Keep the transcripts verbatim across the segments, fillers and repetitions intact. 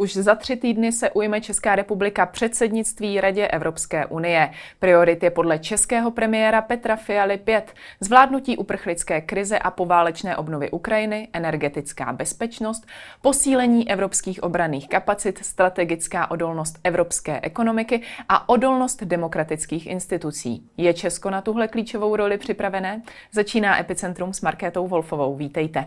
Už za tři týdny se ujme Česká republika předsednictví Radě Evropské unie. Priorit je podle českého premiéra Petra Fialy pět. Zvládnutí uprchlické krize a poválečné obnovy Ukrajiny, energetická bezpečnost, posílení evropských obranných kapacit, strategická odolnost evropské ekonomiky a odolnost demokratických institucí. Je Česko na tuhle klíčovou roli připravené? Začíná Epicentrum s Markétou Wolfovou. Vítejte.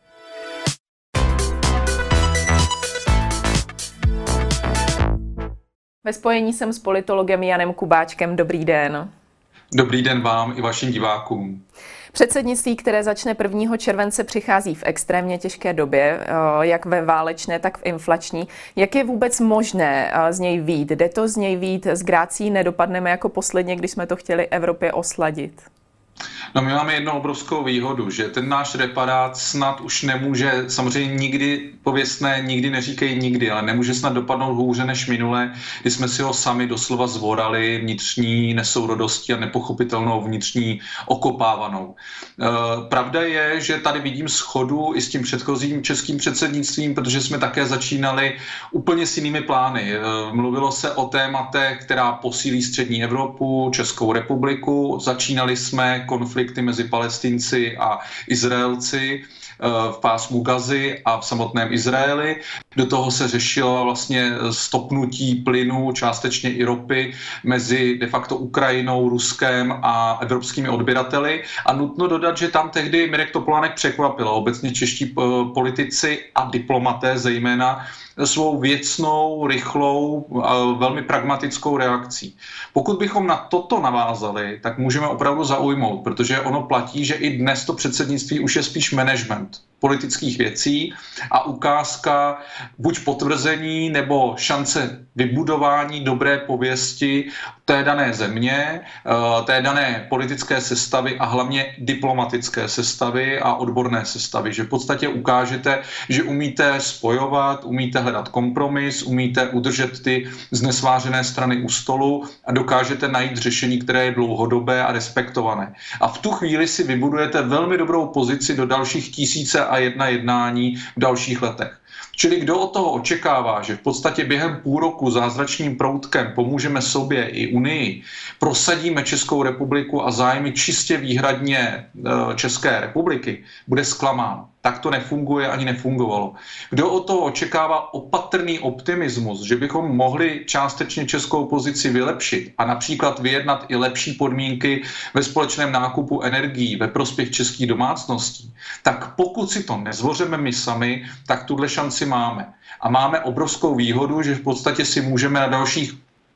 Ve spojení jsem s politologem Janem Kubáčkem. Dobrý den. Dobrý den vám i vašim divákům. Předsednictví, které začne prvního července, přichází v extrémně těžké době, jak ve válečné, tak v inflační. Jak je vůbec možné z něj vyjít? Jde to z něj vyjít s grácí? Nedopadneme jako posledně, když jsme to chtěli Evropě osladit? No, my máme jednu obrovskou výhodu, že ten náš reparát snad už nemůže, samozřejmě nikdy, pověstné, nikdy neříkej nikdy, ale nemůže snad dopadnout hůře než minule, kdy jsme si ho sami doslova zvorali vnitřní nesourodostí a nepochopitelnou vnitřní okopávanou. E, pravda je, že tady vidím shodu i s tím předchozím českým předsednictvím, protože jsme také začínali úplně s jinými plány. E, mluvilo se o tématech, která posílí střední Evropu, Českou republiku, začínali jsme konflikty mezi Palestinci a Izraelci v pásmu Gazy a v samotném Izraeli. Do toho se řešilo vlastně stopnutí plynu, částečně i ropy mezi de facto Ukrajinou, Ruskem a evropskými odběrateli. A nutno dodat, že tam tehdy Mirek Topolánek překvapilo. Obecně čeští politici a diplomaté zejména svou věcnou, rychlou, velmi pragmatickou reakcí. Pokud bychom na toto navázali, tak můžeme opravdu zaujmout, protože ono platí, že i dnes to předsednictví už je spíš management politických věcí a ukázka buď potvrzení nebo šance vybudování dobré pověsti té dané země, té dané politické sestavy a hlavně diplomatické sestavy a odborné sestavy. Že v podstatě ukážete, že umíte spojovat, umíte hledat kompromis, umíte udržet ty znesvářené strany u stolu a dokážete najít řešení, které je dlouhodobé a respektované. A v tu chvíli si vybudujete velmi dobrou pozici do dalších tisíce a jedna jednání v dalších letech. Čili kdo od toho očekává, že v podstatě během půl roku zázračným proutkem pomůžeme sobě i Unii, prosadíme Českou republiku a zájmy čistě výhradně České republiky, bude zklamán. Tak to nefunguje ani nefungovalo. Kdo od toho očekává opatrný optimismus, že bychom mohli částečně českou pozici vylepšit a například vyjednat i lepší podmínky ve společném nákupu energií ve prospěch českých domácností, tak pokud si to nezvořeme my sami, tak tuhle šanci máme. A máme obrovskou výhodu, že v podstatě si můžeme na dalších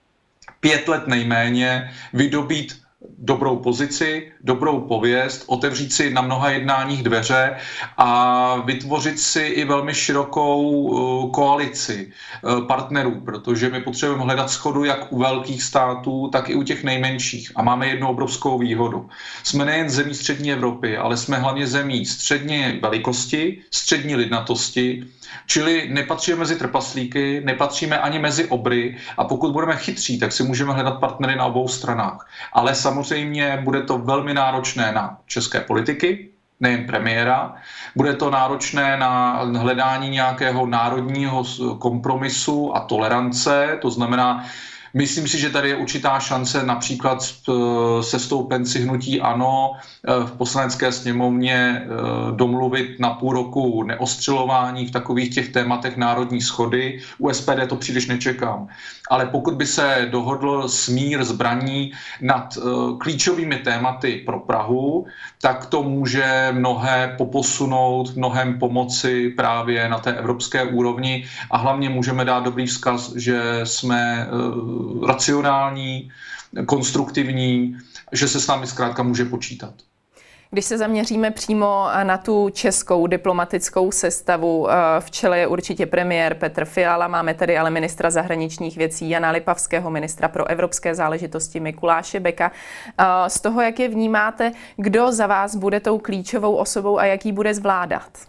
pět let nejméně vydobít dobrou pozici, dobrou pověst, otevřít si na mnoha jednáních dveře a vytvořit si i velmi širokou koalici partnerů, protože my potřebujeme hledat shodu jak u velkých států, tak i u těch nejmenších. A máme jednu obrovskou výhodu. Jsme nejen zemí střední Evropy, ale jsme hlavně zemí střední velikosti, střední lidnatosti, čili nepatříme mezi trpaslíky, nepatříme ani mezi obry a pokud budeme chytří, tak si můžeme hledat partnery na obou stranách. Ale samozřejmě bude to velmi náročné na české politiky, nejen premiéra, bude to náročné na hledání nějakého národního kompromisu a tolerance, to znamená, myslím si, že tady je určitá šance například se stoupenci hnutí ANO v poslanecké sněmovně domluvit na půl roku neostřelování v takových těch tématech národní shody. U S P D to příliš nečekám. Ale pokud by se dohodl smír zbraní nad klíčovými tématy pro Prahu, tak to může mnohé poposunout, mnohem pomoci právě na té evropské úrovni a hlavně můžeme dát dobrý vzkaz, že jsme racionální, konstruktivní, že se s námi zkrátka může počítat. Když se zaměříme přímo na tu českou diplomatickou sestavu, v čele je určitě premiér Petr Fiala, máme tady ale ministra zahraničních věcí Jana Lipavského, ministra pro evropské záležitosti Mikuláše Beka. Z toho, jak je vnímáte, kdo za vás bude tou klíčovou osobou a jak ji bude zvládat?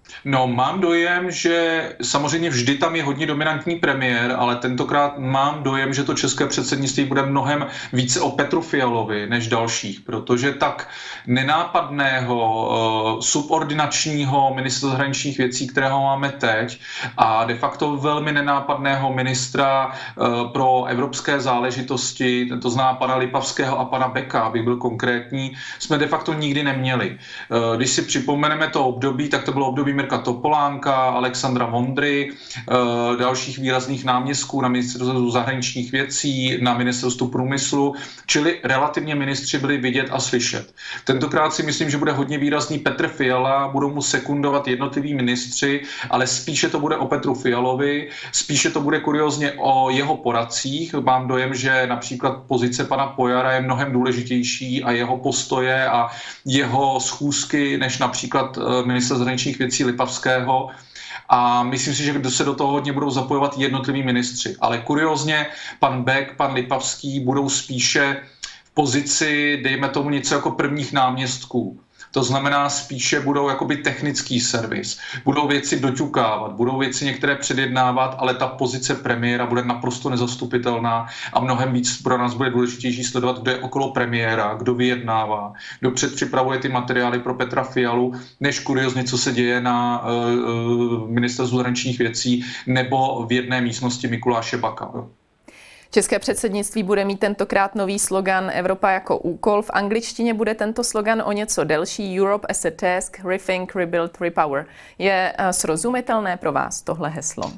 No, mám dojem, že samozřejmě vždy tam je hodně dominantní premiér, ale tentokrát mám dojem, že to české předsednictví bude mnohem více o Petru Fialovi než dalších, protože tak nenápadného, uh, subordinačního ministra zahraničních věcí, kterého máme teď, a de facto velmi nenápadného ministra uh, pro evropské záležitosti, to znamená pana Lipavského a pana Beka, abych byl konkrétní, jsme de facto nikdy neměli. Uh, když si připomeneme to období, tak to bylo období Mirka Topolánka, Alexandra Vondry, dalších výrazných náměstků na ministerstvu zahraničních věcí, na ministerstvu průmyslu, čili relativně ministři byli vidět a slyšet. Tentokrát si myslím, že bude hodně výrazný Petr Fiala, budou mu sekundovat jednotliví ministři, ale spíše to bude o Petru Fialovi, spíše to bude kuriózně o jeho poradcích. Mám dojem, že například pozice pana Pojara je mnohem důležitější a jeho postoje a jeho schůzky, než například ministr zahraničních věcí Lipavského. A myslím si, že se do toho hodně budou zapojovat jednotliví ministři. Ale kuriózně pan Bek, pan Lipavský budou spíše v pozici, dejme tomu něco jako prvních náměstků. To znamená, spíše budou jakoby technický servis, budou věci doťukávat, budou věci některé předjednávat, ale ta pozice premiéra bude naprosto nezastupitelná a mnohem víc pro nás bude důležitější sledovat, kdo je okolo premiéra, kdo vyjednává, kdo předpřipravuje ty materiály pro Petra Fialu, než kuriózně, co se děje na uh, ministerstvu zahraničních věcí nebo v jedné místnosti Mikuláše Baka. Jo. České předsednictví bude mít tentokrát nový slogan Evropa jako úkol. V angličtině bude tento slogan o něco delší, Europe as a task, rethink, rebuild, repower. Je srozumitelné pro vás tohle heslo?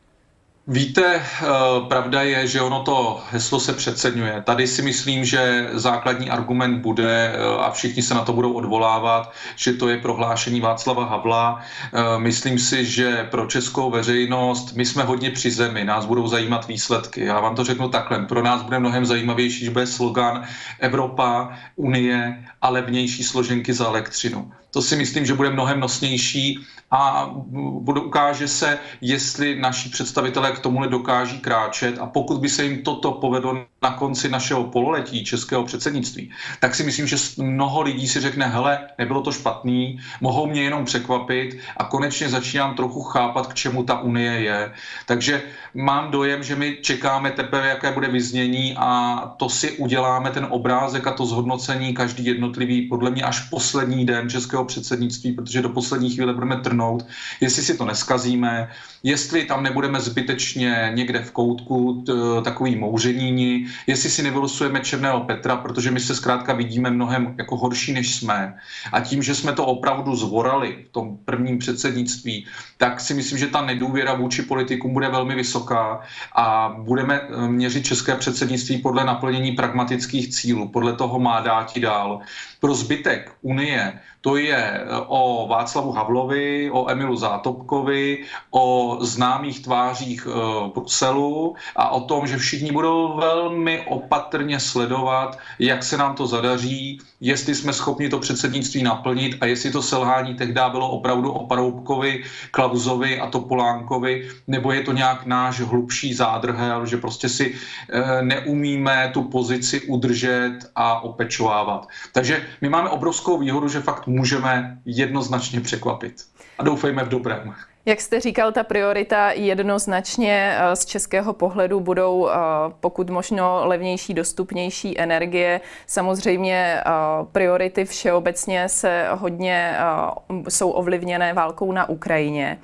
Víte, pravda je, že ono to heslo se přeceňuje. Tady si myslím, že základní argument bude, a všichni se na to budou odvolávat, že to je prohlášení Václava Havla. Myslím si, že pro českou veřejnost, my jsme hodně při zemi, nás budou zajímat výsledky. Já vám to řeknu takhle. Pro nás bude mnohem zajímavější, že bude slogan Evropa, Unie a levnější složenky za elektřinu. To si myslím, že bude mnohem nosnější a bude, ukáže se, jestli naši představitelé k tomuhle dokáží kráčet, a pokud by se jim toto povedlo na konci našeho pololetí českého předsednictví, tak si myslím, že mnoho lidí si řekne, hele, nebylo to špatný, mohou mě jenom překvapit a konečně začínám trochu chápat, k čemu ta Unie je. Takže mám dojem, že my čekáme teprve, jaké bude vyznění, a to si uděláme ten obrázek a to zhodnocení každý jednotlivý, podle mě až poslední den českého předsednictví, protože do poslední chvíle budeme trnout, jestli si to neskazíme, jestli tam nebudeme zbytečně někde v koutku t, takový mouřeníni, jestli si nevylosujeme černého Petra, protože my se zkrátka vidíme mnohem jako horší, než jsme. A tím, že jsme to opravdu zvorali v tom prvním předsednictví, tak si myslím, že ta nedůvěra vůči politikům bude velmi vysoká a budeme měřit české předsednictví podle naplnění pragmatických cílů. Podle toho má dáti dál. Pro zbytek Unie to je o Václavu Havlovi, o Emilu Zátopkovi, o známých tvářích Bruselu a o tom, že všichni budou velmi opatrně sledovat, jak se nám to zadaří, jestli jsme schopni to předsednictví naplnit a jestli to selhání tehdy bylo opravdu o Paroubkovi, Klausovi a Topolánkovi, nebo je to nějak náš hlubší zádrhel, že prostě si e, neumíme tu pozici udržet a opečovávat. Takže my máme obrovskou výhodu, že fakt můžeme jednoznačně překvapit. A doufejme v dobrém. Jak jste říkal, ta priorita jednoznačně z českého pohledu budou pokud možno levnější, dostupnější energie. Samozřejmě priority všeobecně se hodně jsou ovlivněné válkou na Ukrajině.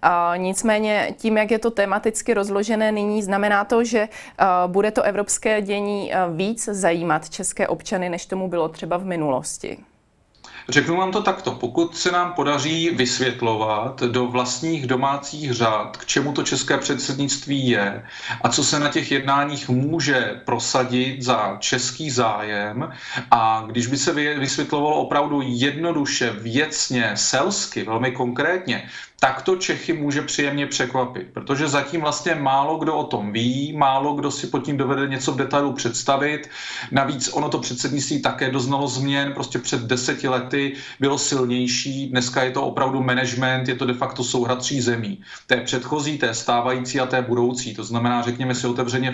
Nicméně tím, jak je to tematicky rozložené nyní, znamená to, že bude to evropské dění víc zajímat české občany, než tomu bylo třeba v minulosti. Řeknu vám to takto, pokud se nám podaří vysvětlovat do vlastních domácích řád, k čemu to české předsednictví je a co se na těch jednáních může prosadit za český zájem, a když by se vysvětlovalo opravdu jednoduše, věcně, selsky, velmi konkrétně, tak to Čechy může příjemně překvapit, protože zatím vlastně málo kdo o tom ví, málo kdo si pod tím dovede něco v detailu představit. Navíc ono to předsednictví také doznalo změn, prostě před deseti lety bylo silnější, dneska je to opravdu management, je to de facto souhra tří zemí. Té předchozí, té stávající a té budoucí. To znamená, řekněme si otevřeně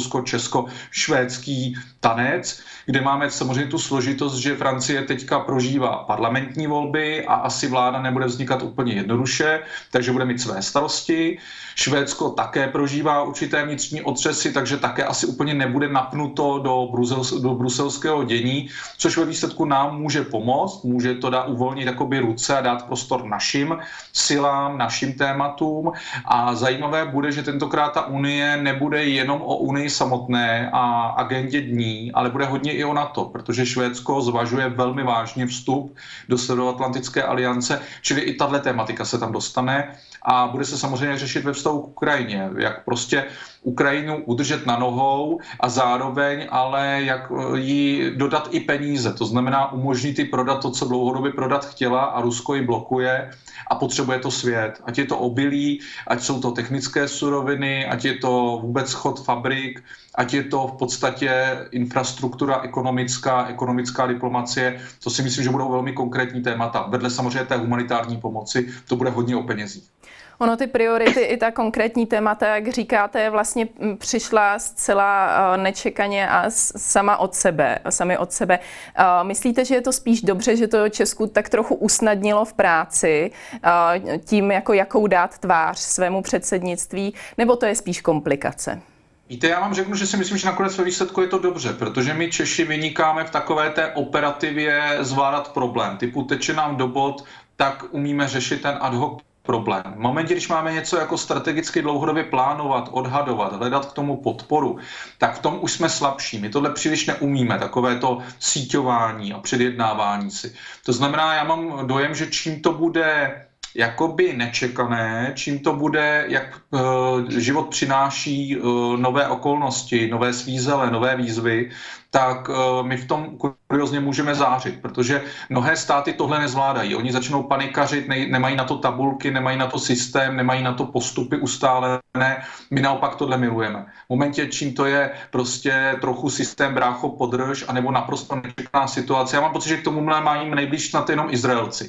francouzsko-česko-švédský tanec, kde máme samozřejmě tu složitost, že Francie teďka prožívá parlamentní volby a asi vláda nebude vznikat úplně jednoduše, takže bude mít své starosti. Švédsko také prožívá určité vnitřní otřesy, takže také asi úplně nebude napnuto do, brusel, do bruselského dění, což ve výsledku nám může pomoct, může to dát uvolnit jakoby ruce a dát prostor našim silám, našim tématům. A zajímavé bude, že tentokrát ta unie nebude jenom o unii samotné a agendě dní, ale bude hodně i o NATO, protože Švédsko zvažuje velmi vážně vstup do Severoatlantické aliance, čili i tahle tématika se tam dostane a bude se samozřejmě řešit ve vztahu k Ukrajině, jak prostě Ukrajinu udržet na nohou a zároveň ale jak jí dodat i peníze, to znamená umožnit jí prodat to, co dlouhodobě prodat chtěla a Rusko ji blokuje a potřebuje to svět. Ať je to obilí, ať jsou to technické suroviny, ať je to vůbec chod fabrik, ať je to v podstatě infrastruktura ekonomická, ekonomická diplomacie, to si myslím, že budou velmi konkrétní témata. Vedle samozřejmě té humanitární pomoci, to bude hodně o penězích. Ono ty priority i ta konkrétní témata, jak říkáte, vlastně přišla zcela nečekaně a sama od sebe, sami od sebe. Myslíte, že je to spíš dobře, že to Česku tak trochu usnadnilo v práci tím, jako jakou dát tvář svému předsednictví, nebo to je spíš komplikace? Víte, já vám řeknu, že si myslím, že nakonec ve výsledku je to dobře, protože my Češi vynikáme v takové té operativě zvládat problém. Typu teče nám do bod, tak umíme řešit ten ad hoc problém. V momentě, když máme něco jako strategicky dlouhodobě plánovat, odhadovat, hledat k tomu podporu, tak v tom už jsme slabší. My tohle příliš neumíme, takové to síťování a předjednávání si. To znamená, já mám dojem, že čím to bude jakoby nečekané, čím to bude, jak uh, život přináší uh, nové okolnosti, nové svízele, nové výzvy, tak uh, my v tom kuriozně můžeme zářit, protože mnohé státy tohle nezvládají. Oni začnou panikařit, ne, nemají na to tabulky, nemají na to systém, nemají na to postupy ustálené. My naopak tohle milujeme. V momentě, čím to je prostě trochu systém brácho podrž, anebo naprosto nečekaná situace. Já mám pocit, že k tomu mají nejblíž snad jenom Izraelci.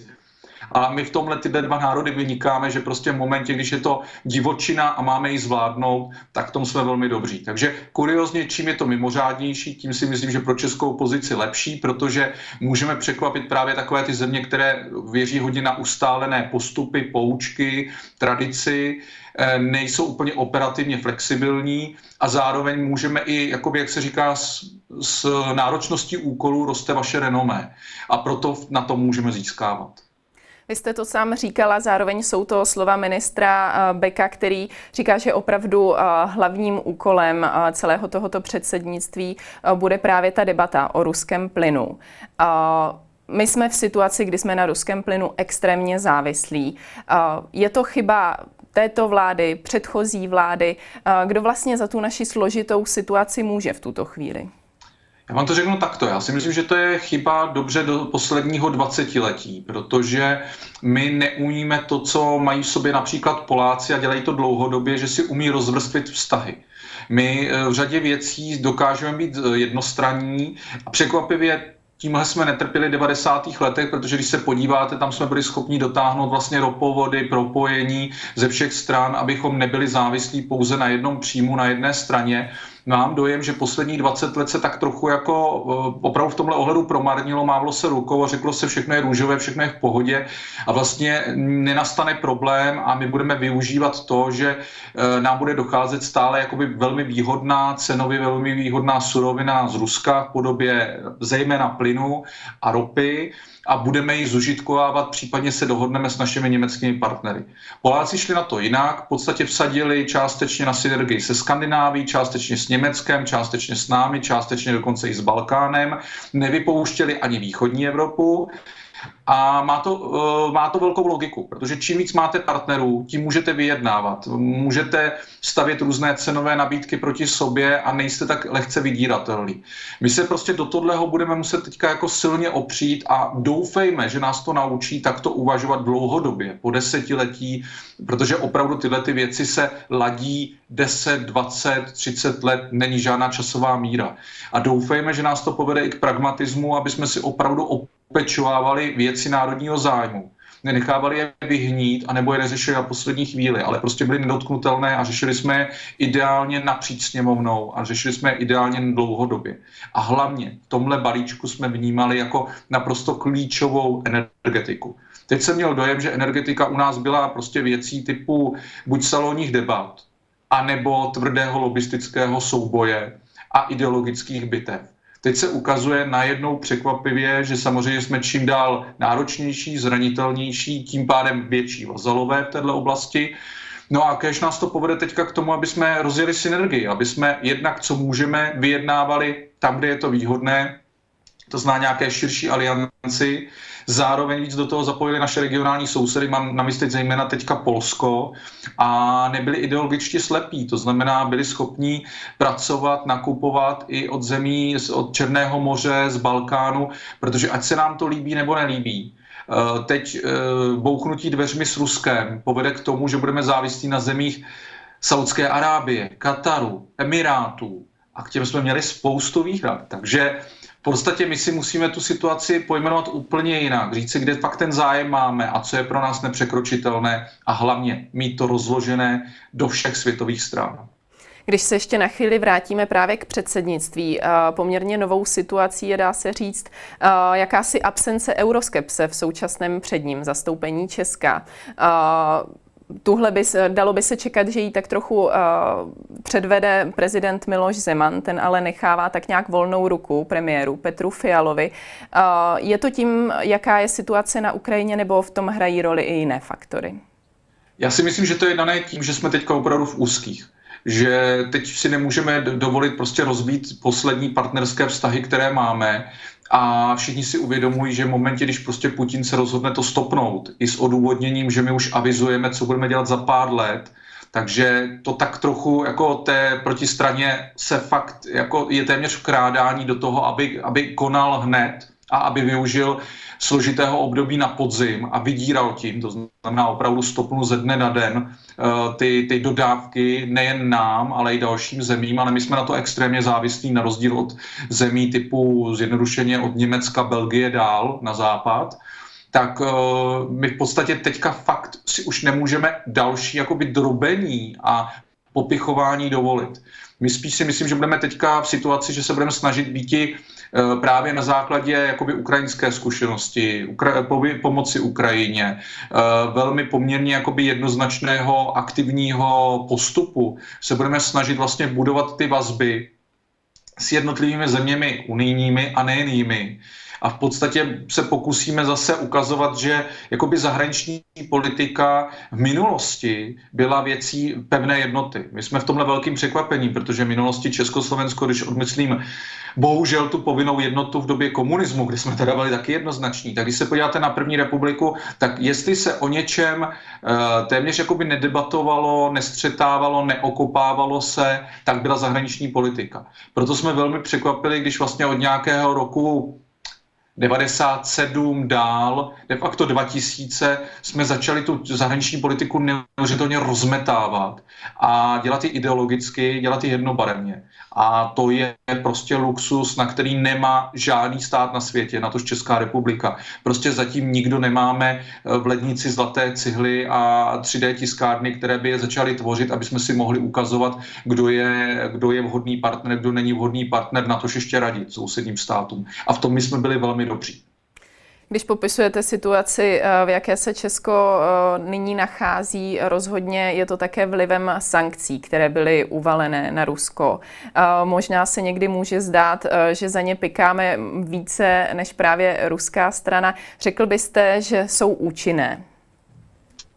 A my v tomhle tyhle dva národy vynikáme, že prostě v momentě, když je to divočina a máme ji zvládnout, tak v tom jsme velmi dobří. Takže kuriozně, čím je to mimořádnější, tím si myslím, že pro českou pozici lepší, protože můžeme překvapit právě takové ty země, které věří hodně na ustálené postupy, poučky, tradici, nejsou úplně operativně flexibilní a zároveň můžeme i, jakoby, jak se říká, s, s náročností úkolů roste vaše renomé a proto na to můžeme získávat. Vy jste to sám říkala, zároveň jsou to slova ministra Beka, který říká, že opravdu hlavním úkolem celého tohoto předsednictví bude právě ta debata o ruském plynu. My jsme v situaci, kdy jsme na ruském plynu extrémně závislí. Je to chyba této vlády, předchozí vlády? Kdo vlastně za tu naši složitou situaci může v tuto chvíli? Já vám to řeknu takto. Já si myslím, že to je chyba dobře do posledního dvacetiletí, protože my neumíme to, co mají v sobě například Poláci a dělají to dlouhodobě, že si umí rozvrstvit vztahy. My v řadě věcí dokážeme být jednostranní a překvapivě tímhle jsme netrpěli v devadesátých letech, protože když se podíváte, tam jsme byli schopni dotáhnout vlastně ropovody, propojení ze všech stran, abychom nebyli závislí pouze na jednom příjmu, na jedné straně. Mám dojem, že posledních dvacet let se tak trochu jako opravdu v tomhle ohledu promarnilo, mávlo se rukou a řeklo se, všechno je růžové, všechno je v pohodě a vlastně nenastane problém a my budeme využívat to, že nám bude docházet stále jakoby velmi výhodná, cenově velmi výhodná surovina z Ruska v podobě zejména plynu a ropy a budeme ji zužitkovávat, případně se dohodneme s našimi německými partnery. Poláci šli na to jinak, v podstatě vsadili částečně na synergii se Skandinávií, částečně s Německem, částečně s námi, částečně dokonce i s Balkánem, nevypouštěli ani východní Evropu A má to, uh, má to velkou logiku, protože čím víc máte partnerů, tím můžete vyjednávat. Můžete stavět různé cenové nabídky proti sobě a nejste tak lehce vydíratelný. My se prostě do tohoto budeme muset teďka jako silně opřít a doufejme, že nás to naučí takto uvažovat dlouhodobě, po desetiletí, protože opravdu tyhle ty věci se ladí deset, dvacet, třicet let, není žádná časová míra. A doufejme, že nás to povede i k pragmatismu, aby jsme si opravdu opečovávali věci národního zájmu. Nenechávali je vyhnít, anebo je neřešili na poslední chvíli, ale prostě byly nedotknutelné a řešili jsme je ideálně napříč sněmovnou a řešili jsme je ideálně dlouhodobě. A hlavně v tomhle balíčku jsme vnímali jako naprosto klíčovou energetiku. Teď jsem měl dojem, že energetika u nás byla prostě věcí typu buď salonních debat, anebo tvrdého lobistického souboje a ideologických bitev. Teď se ukazuje najednou překvapivě, že samozřejmě jsme čím dál náročnější, zranitelnější, tím pádem větší vazalové v této oblasti. No a kéž nás to povede teďka k tomu, aby jsme rozjeli synergii, aby jsme jednak, co můžeme, vyjednávali tam, kde je to výhodné, to zná nějaké širší alianci, zároveň víc do toho zapojili naše regionální sousedy, mám na mysli zejména teďka Polsko, a nebyli ideologičtě slepí, to znamená, byli schopní pracovat, nakupovat i od zemí, od Černého moře, z Balkánu, protože ať se nám to líbí nebo nelíbí, teď bouchnutí dveřmi s Ruskem povede k tomu, že budeme závislí na zemích Saudské Arábie, Kataru, Emirátů, a k těm jsme měli spoustu výhrad, takže v podstatě my si musíme tu situaci pojmenovat úplně jinak, říct si, kde fakt ten zájem máme a co je pro nás nepřekročitelné a hlavně mít to rozložené do všech světových stran. Když se ještě na chvíli vrátíme právě k předsednictví, poměrně novou situací je, dá se říct, jakási absence euroskepse v současném předním zastoupení Česka. Tuhle by, dalo by se čekat, že ji tak trochu uh, předvede prezident Miloš Zeman, ten ale nechává tak nějak volnou ruku premiéru Petru Fialovi. Uh, je to tím, jaká je situace na Ukrajině, nebo v tom hrají roli i jiné faktory? Já si myslím, že to je dané tím, že jsme teďka opravdu v úzkých. Že teď si nemůžeme dovolit prostě rozbít poslední partnerské vztahy, které máme. A všichni si uvědomují, že v momentě, když prostě Putin se rozhodne to stopnout, i s odůvodněním, že my už avizujeme, co budeme dělat za pár let, takže to tak trochu jako té protistraně se fakt jako je téměř vkrádání do toho, aby, aby konal hned a aby využil složitého období na podzim a vydíral tím, to znamená opravdu stopnul ze dne na den ty, ty dodávky nejen nám, ale i dalším zemím, ale my jsme na to extrémně závislí na rozdíl od zemí typu zjednodušeně od Německa, Belgie dál na západ, tak uh, my v podstatě teďka fakt si už nemůžeme další jakoby drobení a popichování dovolit. My spíš si myslím, že budeme teďka v situaci, že se budeme snažit býti uh, právě na základě jakoby ukrajinské zkušenosti, ukra- pomoci Ukrajině, uh, velmi poměrně jakoby jednoznačného aktivního postupu se budeme snažit vlastně budovat ty vazby s jednotlivými zeměmi unijními a nejenými. A v podstatě se pokusíme zase ukazovat, že jakoby zahraniční politika v minulosti byla věcí pevné jednoty. My jsme v tomhle velkým překvapení, protože v minulosti Československo, když odmyslím bohužel tu povinnou jednotu v době komunismu, kde jsme teda byli taky jednoznační, tak když se podíváte na první republiku, tak jestli se o něčem uh, téměř jakoby nedebatovalo, nestřetávalo, neokopávalo se, tak byla zahraniční politika. Proto jsme velmi překvapili, když vlastně od nějakého roku devadesát sedm dál, de facto dva tisíce, jsme začali tu zahraniční politiku neuvěřitelně rozmetávat a dělat ji ideologicky, dělat ji jednobarevně. A to je prostě luxus, na který nemá žádný stát na světě, natož Česká republika. Prostě zatím nikdo nemáme v lednici zlaté cihly a tři dé tiskárny, které by je začaly tvořit, aby jsme si mohli ukazovat, kdo je, kdo je vhodný partner, kdo není vhodný partner, natož ještě radit sousedním státům. A v tom my jsme byli velmi dobří. Když popisujete situaci, v jaké se Česko nyní nachází, rozhodně je to také vlivem sankcí, které byly uvalené na Rusko. Možná se někdy může zdát, že za ně pikáme více než právě ruská strana. Řekl byste, že jsou účinné?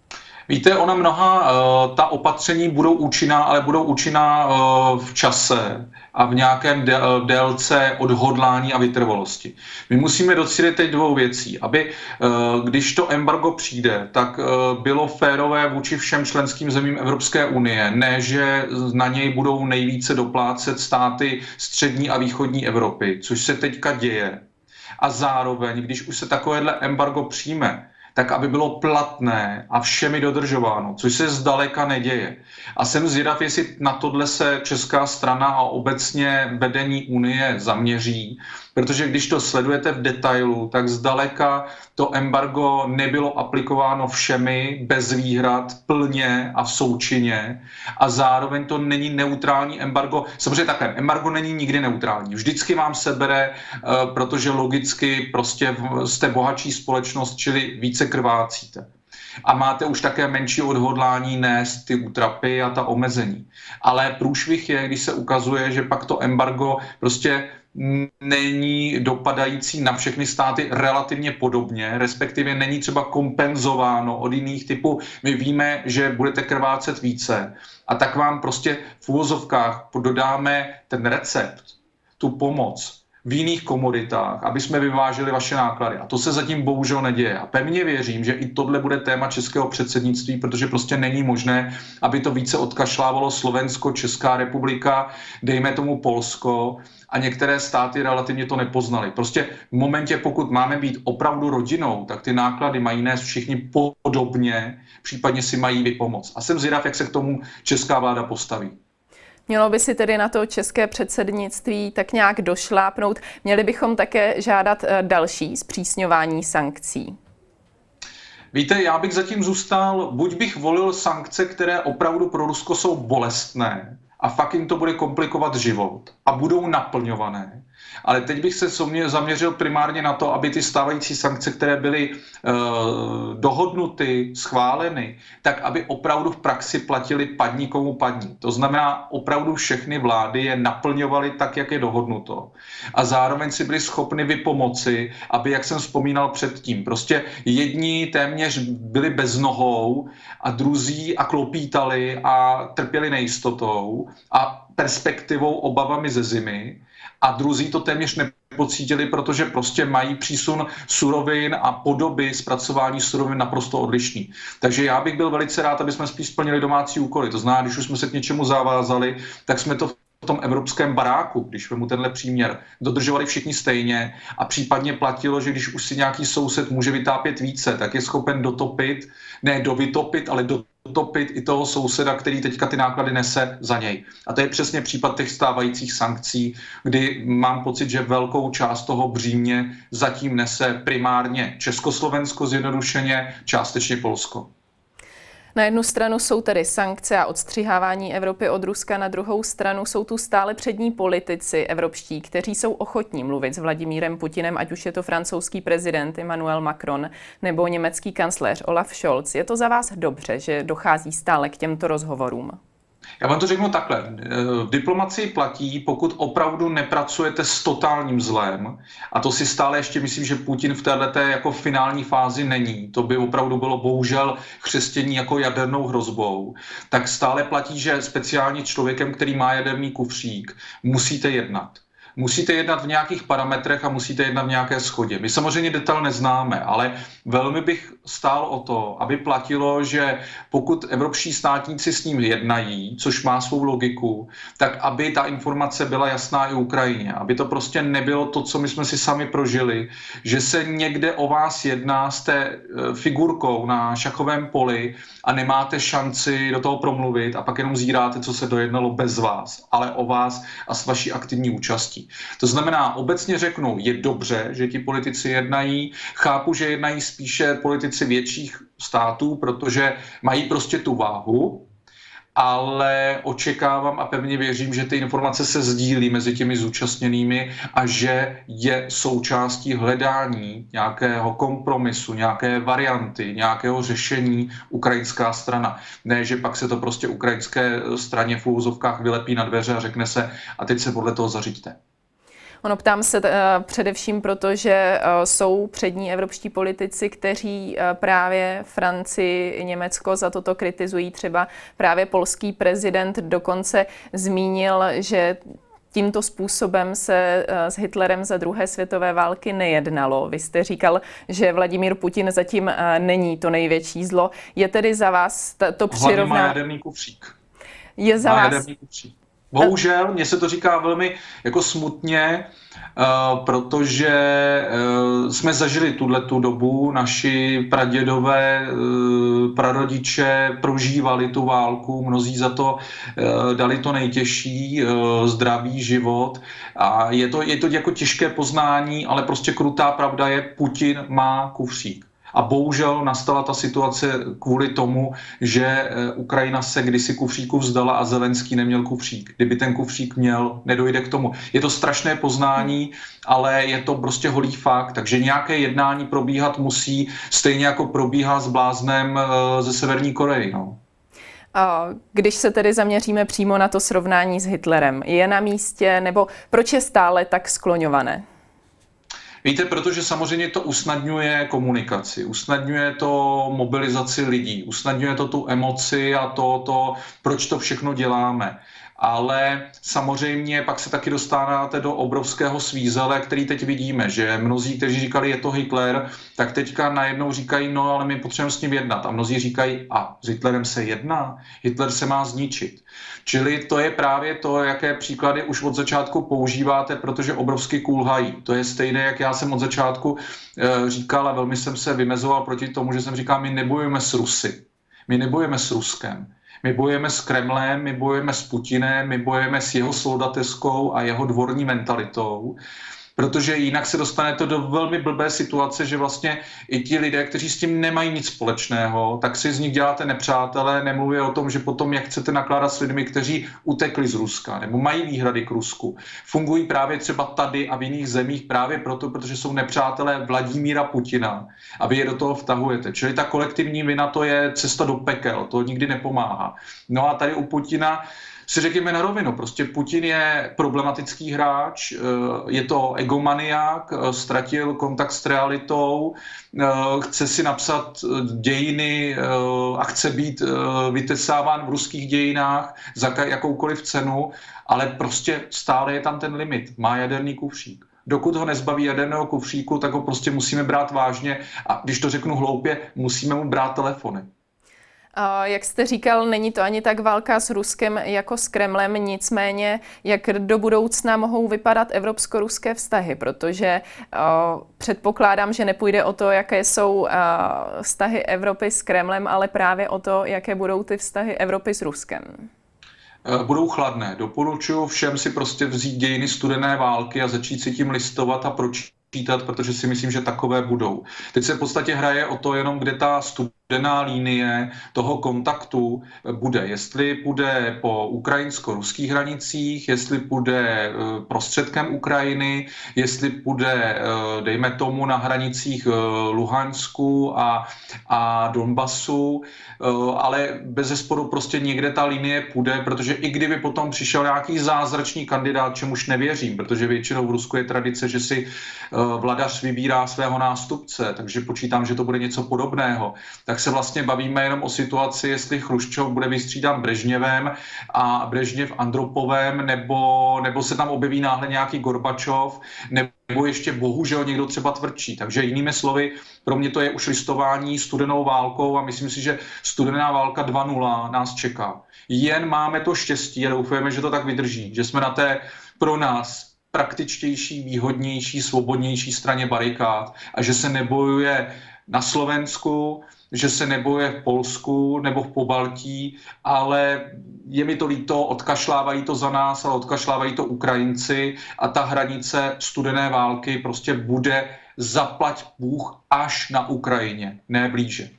Víte, ona mnoha uh, ta opatření budou účinná, ale budou účinná uh, v čase a v nějakém dél, délce odhodlání a vytrvalosti. My musíme docílit teď dvou věcí, aby uh, když to embargo přijde, tak uh, bylo férové vůči všem členským zemím Evropské unie, ne, že na něj budou nejvíce doplácet státy střední a východní Evropy, což se teďka děje. A zároveň, když už se takovéhle embargo přijme, tak aby bylo platné a všemi dodržováno, což se zdaleka neděje. A jsem zvědav, jestli na tohle se česká strana a obecně vedení Unie zaměří, protože když to sledujete v detailu, tak zdaleka to embargo nebylo aplikováno všemi, bez výhrad, plně a v součině a zároveň to není neutrální embargo. Samozřejmě takhle, embargo není nikdy neutrální. Vždycky vám sebere, protože logicky prostě jste bohatší společnost, čili více krvácíte. A máte už také menší odhodlání nést ty útrapy a ta omezení. Ale průšvih je, když se ukazuje, že pak to embargo prostě není dopadající na všechny státy relativně podobně, respektive není třeba kompenzováno od jiných typů. My víme, že budete krvácet více a tak vám prostě v uvozovkách dodáme ten recept, tu pomoc v jiných komoditách, aby jsme vyváželi vaše náklady. A to se zatím bohužel neděje. A pevně věřím, že i tohle bude téma českého předsednictví, protože prostě není možné, aby to více odkašlávalo Slovensko, Česká republika, dejme tomu Polsko a některé státy relativně to nepoznaly. Prostě v momentě, pokud máme být opravdu rodinou, tak ty náklady mají nést všichni podobně, případně si mají vypomoct. A jsem zvědav, jak se k tomu česká vláda postaví. Mělo by si tedy na to české předsednictví tak nějak došlápnout. Měli bychom také žádat další zpřísňování sankcí. Víte, já bych zatím zůstal, buď bych volil sankce, které opravdu pro Rusko jsou bolestné a fakt jim to bude komplikovat život a budou naplňované. Ale teď bych se zaměřil primárně na to, aby ty stávající sankce, které byly uh, dohodnuty, schváleny, tak aby opravdu v praxi platily padni komu padni. To znamená, opravdu všechny vlády je naplňovaly tak, jak je dohodnuto. A zároveň si byli schopni vypomoci, aby, jak jsem vzpomínal předtím, prostě jedni téměř byli bez nohou a druzí a klopítali a trpěli nejistotou a perspektivou, obavami ze zimy. A druzí to téměř nepocítili, protože prostě mají přísun surovin a podoby zpracování surovin naprosto odlišný. Takže já bych byl velice rád, aby jsme spíš splnili domácí úkoly. To znamená, když už jsme se k něčemu zavázali, tak jsme to v tom evropském baráku, když vemu tenhle příměr, dodržovali všichni stejně a případně platilo, že když už si nějaký soused může vytápět více, tak je schopen dotopit, ne dovytopit, ale do topit i toho souseda, který teďka ty náklady nese za něj. A to je přesně případ těch stávajících sankcí, kdy mám pocit, že velkou část toho břímě zatím nese primárně Československo zjednodušeně, částečně Polsko. Na jednu stranu jsou tedy sankce a odstřihávání Evropy od Ruska, na druhou stranu jsou tu stále přední politici evropští, kteří jsou ochotní mluvit s Vladimírem Putinem, ať už je to francouzský prezident Emmanuel Macron nebo německý kancléř Olaf Scholz. Je to za vás dobře, že dochází stále k těmto rozhovorům? Já vám to řeknu takhle. V diplomacii platí, pokud opravdu nepracujete s totálním zlem, a to si stále ještě myslím, že Putin v této jako finální fázi není, to by opravdu bylo bohužel chřestění jako jadernou hrozbou, tak stále platí, že speciálně člověkem, který má jaderný kufřík, musíte jednat. Musíte jednat v nějakých parametrech a musíte jednat v nějaké shodě. My samozřejmě detail neznáme, ale velmi bych stál o to, aby platilo, že pokud evropští státníci s ním jednají, což má svou logiku, tak aby ta informace byla jasná i Ukrajině. Aby to prostě nebylo to, co my jsme si sami prožili, že se někde o vás jedná, jste figurkou na šachovém poli a nemáte šanci do toho promluvit a pak jenom zíráte, co se dojednalo bez vás, ale o vás a s vaší aktivní účastí. To znamená, obecně řeknu, je dobře, že ti politici jednají. Chápu, že jednají spíše politici větších států, protože mají prostě tu váhu, ale očekávám a pevně věřím, že ty informace se sdílí mezi těmi zúčastněnými a že je součástí hledání nějakého kompromisu, nějaké varianty, nějakého řešení ukrajinská strana. Ne, že pak se to prostě ukrajinské straně v úvozovkách vylepí na dveře a řekne se a teď se podle toho zařiďte. Ono ptám se uh, především proto, že uh, jsou přední evropští politici, kteří uh, právě Francii i Německo za toto kritizují. Třeba právě polský prezident dokonce zmínil, že tímto způsobem se s Hitlerem za druhé světové války nejednalo. Vy jste říkal, že Vladimír Putin zatím není to největší zlo. Je tedy za vás to přirovná... Hlavně má jaderný kufřík. Je za má vás... jaderný kufřík. Bohužel, mně se to říká velmi jako smutně, uh, protože uh, jsme zažili tuhletu dobu, naši pradědové, uh, prarodiče prožívali tu válku, mnozí za to uh, dali to nejtěžší, uh, zdravý život a je to, je to jako těžké poznání, ale prostě krutá pravda je, Putin má kufřík. A bohužel nastala ta situace kvůli tomu, že Ukrajina se kdysi kufříku vzdala a Zelenský neměl kufřík. Kdyby ten kufřík měl, nedojde k tomu. Je to strašné poznání, ale je to prostě holý fakt. Takže nějaké jednání probíhat musí, stejně jako probíhá s bláznem ze Severní Koreji. No. Když se tedy zaměříme přímo na to srovnání s Hitlerem, je na místě, nebo proč je stále tak skloňované? Víte, protože samozřejmě to usnadňuje komunikaci, usnadňuje to mobilizaci lidí, usnadňuje to tu emoci a to, to proč to všechno děláme. Ale samozřejmě pak se taky dostáváte do obrovského svízele, který teď vidíme, že mnozí, kteří říkali, je to Hitler, tak teďka najednou říkají, no ale my potřebujeme s ním jednat. A mnozí říkají, a s Hitlerem se jedná? Hitler se má zničit. Čili to je právě to, jaké příklady už od začátku používáte, protože obrovsky kulhají. To je stejné, jak já jsem od začátku e, říkal a velmi jsem se vymezoval proti tomu, že jsem říkal, my nebojujeme s Rusy, my nebojujeme s Ruskem. My bojujeme s Kremlem, my bojujeme s Putinem, my bojujeme s jeho soldateskou a jeho dvorní mentalitou, protože jinak se dostanete do velmi blbé situace, že vlastně i ti lidé, kteří s tím nemají nic společného, tak si z nich děláte nepřátelé, nemluví o tom, že potom jak chcete nakládat s lidmi, kteří utekli z Ruska nebo mají výhrady k Rusku. Fungují právě třeba tady a v jiných zemích právě proto, protože jsou nepřátelé Vladimíra Putina a vy je do toho vtahujete. Čili ta kolektivní vina, to je cesta do pekel, to nikdy nepomáhá. No a tady u Putina si řekněme na rovinu, prostě Putin je problematický hráč, je to egomaniák, ztratil kontakt s realitou, chce si napsat dějiny a chce být vytesáván v ruských dějinách za jakoukoliv cenu, ale prostě stále je tam ten limit, má jaderný kufřík. Dokud ho nezbaví jaderného kufříku, tak ho prostě musíme brát vážně a když to řeknu hloupě, musíme mu brát telefony. Jak jste říkal, není to ani tak válka s Ruskem jako s Kremlem, nicméně jak do budoucna mohou vypadat evropsko-ruské vztahy, protože uh, předpokládám, že nepůjde o to, jaké jsou uh, vztahy Evropy s Kremlem, ale právě o to, jaké budou ty vztahy Evropy s Ruskem. Budou chladné. Doporučuji všem si prostě vzít dějiny studené války a začít si tím listovat a pročítat, protože si myslím, že takové budou. Teď se v podstatě hraje o to jenom, kde ta studená linie toho kontaktu bude. Jestli půjde po ukrajinsko-ruských hranicích, jestli půjde prostředkem Ukrajiny, jestli půjde, dejme tomu, na hranicích Luhansku a, a Donbasu, ale bezesporu prostě někde ta linie půjde, protože i kdyby potom přišel nějaký zázračný kandidát, čemuž nevěřím, protože většinou v Rusku je tradice, že si vladař vybírá svého nástupce, takže počítám, že to bude něco podobného, tak se vlastně bavíme jenom o situaci, jestli Chruščov bude vystřídán Brežněvem a Brežněv Andropovem, nebo, nebo se tam objeví náhle nějaký Gorbačov, nebo ještě bohužel někdo třeba tvrdší. Takže jinými slovy, pro mě to je už listování studenou válkou a myslím si, že studená válka dva nula nás čeká. Jen máme to štěstí a doufujeme, že to tak vydrží, že jsme na té pro nás praktičtější, výhodnější, svobodnější straně barikád a že se nebojuje na Slovensku, že se nebojuje v Polsku nebo v Pobaltí, ale je mi to líto, odkašlávají to za nás, ale odkašlávají to Ukrajinci a ta hranice studené války prostě bude zaplať Bůh až na Ukrajině, ne blíže.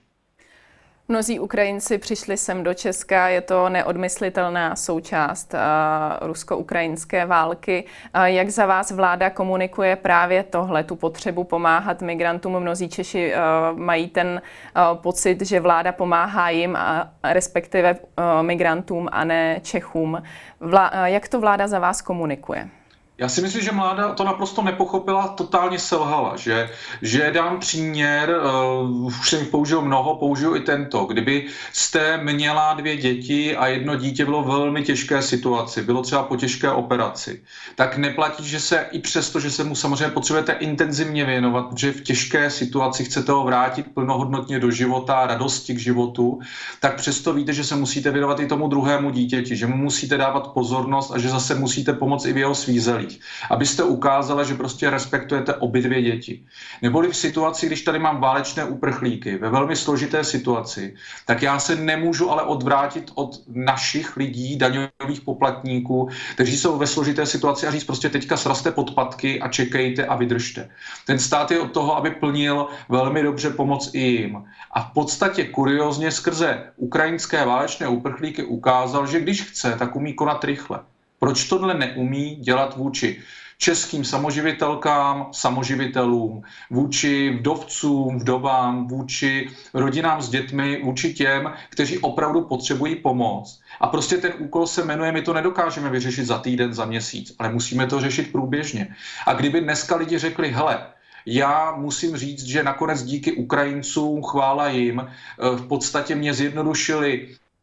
Mnozí Ukrajinci přišli sem do Česka, je to neodmyslitelná součást uh, rusko-ukrajinské války. Uh, jak za vás vláda komunikuje právě tohle, tu potřebu pomáhat migrantům? Mnozí Češi uh, mají ten uh, pocit, že vláda pomáhá jim, a respektive uh, migrantům a ne Čechům. Vla, uh, jak to vláda za vás komunikuje? Já si myslím, že mláda to naprosto nepochopila, totálně selhala, že, že dám příměr, uh, už jsem použil mnoho, použiju i tento. Kdyby jste měla dvě děti a jedno dítě bylo v velmi těžké situaci, bylo třeba po těžké operaci, tak neplatí, že se i přesto, že se mu samozřejmě potřebujete intenzivně věnovat, protože v těžké situaci chcete ho vrátit plnohodnotně do života, radosti k životu, tak přesto víte, že se musíte věnovat i tomu druhému dítěti, že mu musíte dávat pozornost a že zase musíte pomoct i v jeho svízelích. Abyste ukázala, že prostě respektujete obě dvě děti. Neboli v situaci, když tady mám válečné uprchlíky, ve velmi složité situaci, tak já se nemůžu ale odvrátit od našich lidí, daňových poplatníků, kteří jsou ve složité situaci a říct prostě teďka srazte podpatky a čekejte a vydržte. Ten stát je od toho, aby plnil velmi dobře pomoc i jim. A v podstatě kuriózně skrze ukrajinské válečné uprchlíky ukázal, že když chce, tak umí konat rychle. Proč tohle neumí dělat vůči českým samoživitelkám, samoživitelům, vůči vdovcům, vdovám, vůči rodinám s dětmi, vůči těm, kteří opravdu potřebují pomoc. A prostě ten úkol se jmenuje, my to nedokážeme vyřešit za týden, za měsíc, ale musíme to řešit průběžně. A kdyby dneska lidi řekli, hele, já musím říct, že nakonec díky Ukrajincům, chvála jim, v podstatě mě zjednodušili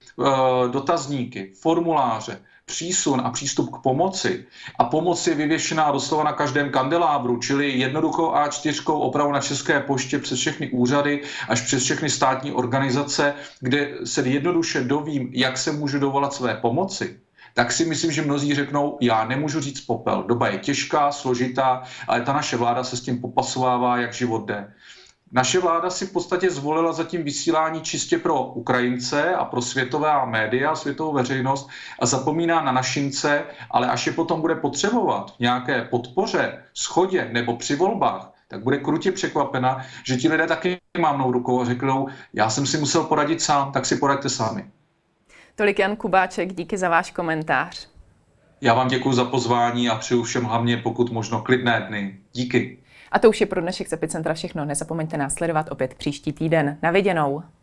dotazníky, formuláře, přísun a přístup k pomoci a pomoc je vyvěšená doslova na každém kandelábru, čili jednoduchou á čtyři opravu na České poště přes všechny úřady až přes všechny státní organizace, kde se jednoduše dovím, jak se můžu dovolat své pomoci, tak si myslím, že mnozí řeknou, já nemůžu říct popel. Doba je těžká, složitá, ale ta naše vláda se s tím popasovává, jak život jde. Naše vláda si v podstatě zvolila zatím vysílání čistě pro Ukrajince a pro světová média, světovou veřejnost a zapomíná na našince, ale až je potom bude potřebovat v nějaké podpoře, shodě nebo při volbách, tak bude krutě překvapena, že ti lidé taky mávnou rukou a řeknou, já jsem si musel poradit sám, tak si poraďte sami. Tolik Jan Kubáček, díky za váš komentář. Já vám děkuji za pozvání a přeju všem hlavně pokud možno klidné dny. Díky. A to už je pro dnešek z Epicentra všechno. Nezapomeňte nás sledovat opět příští týden. Na viděnou.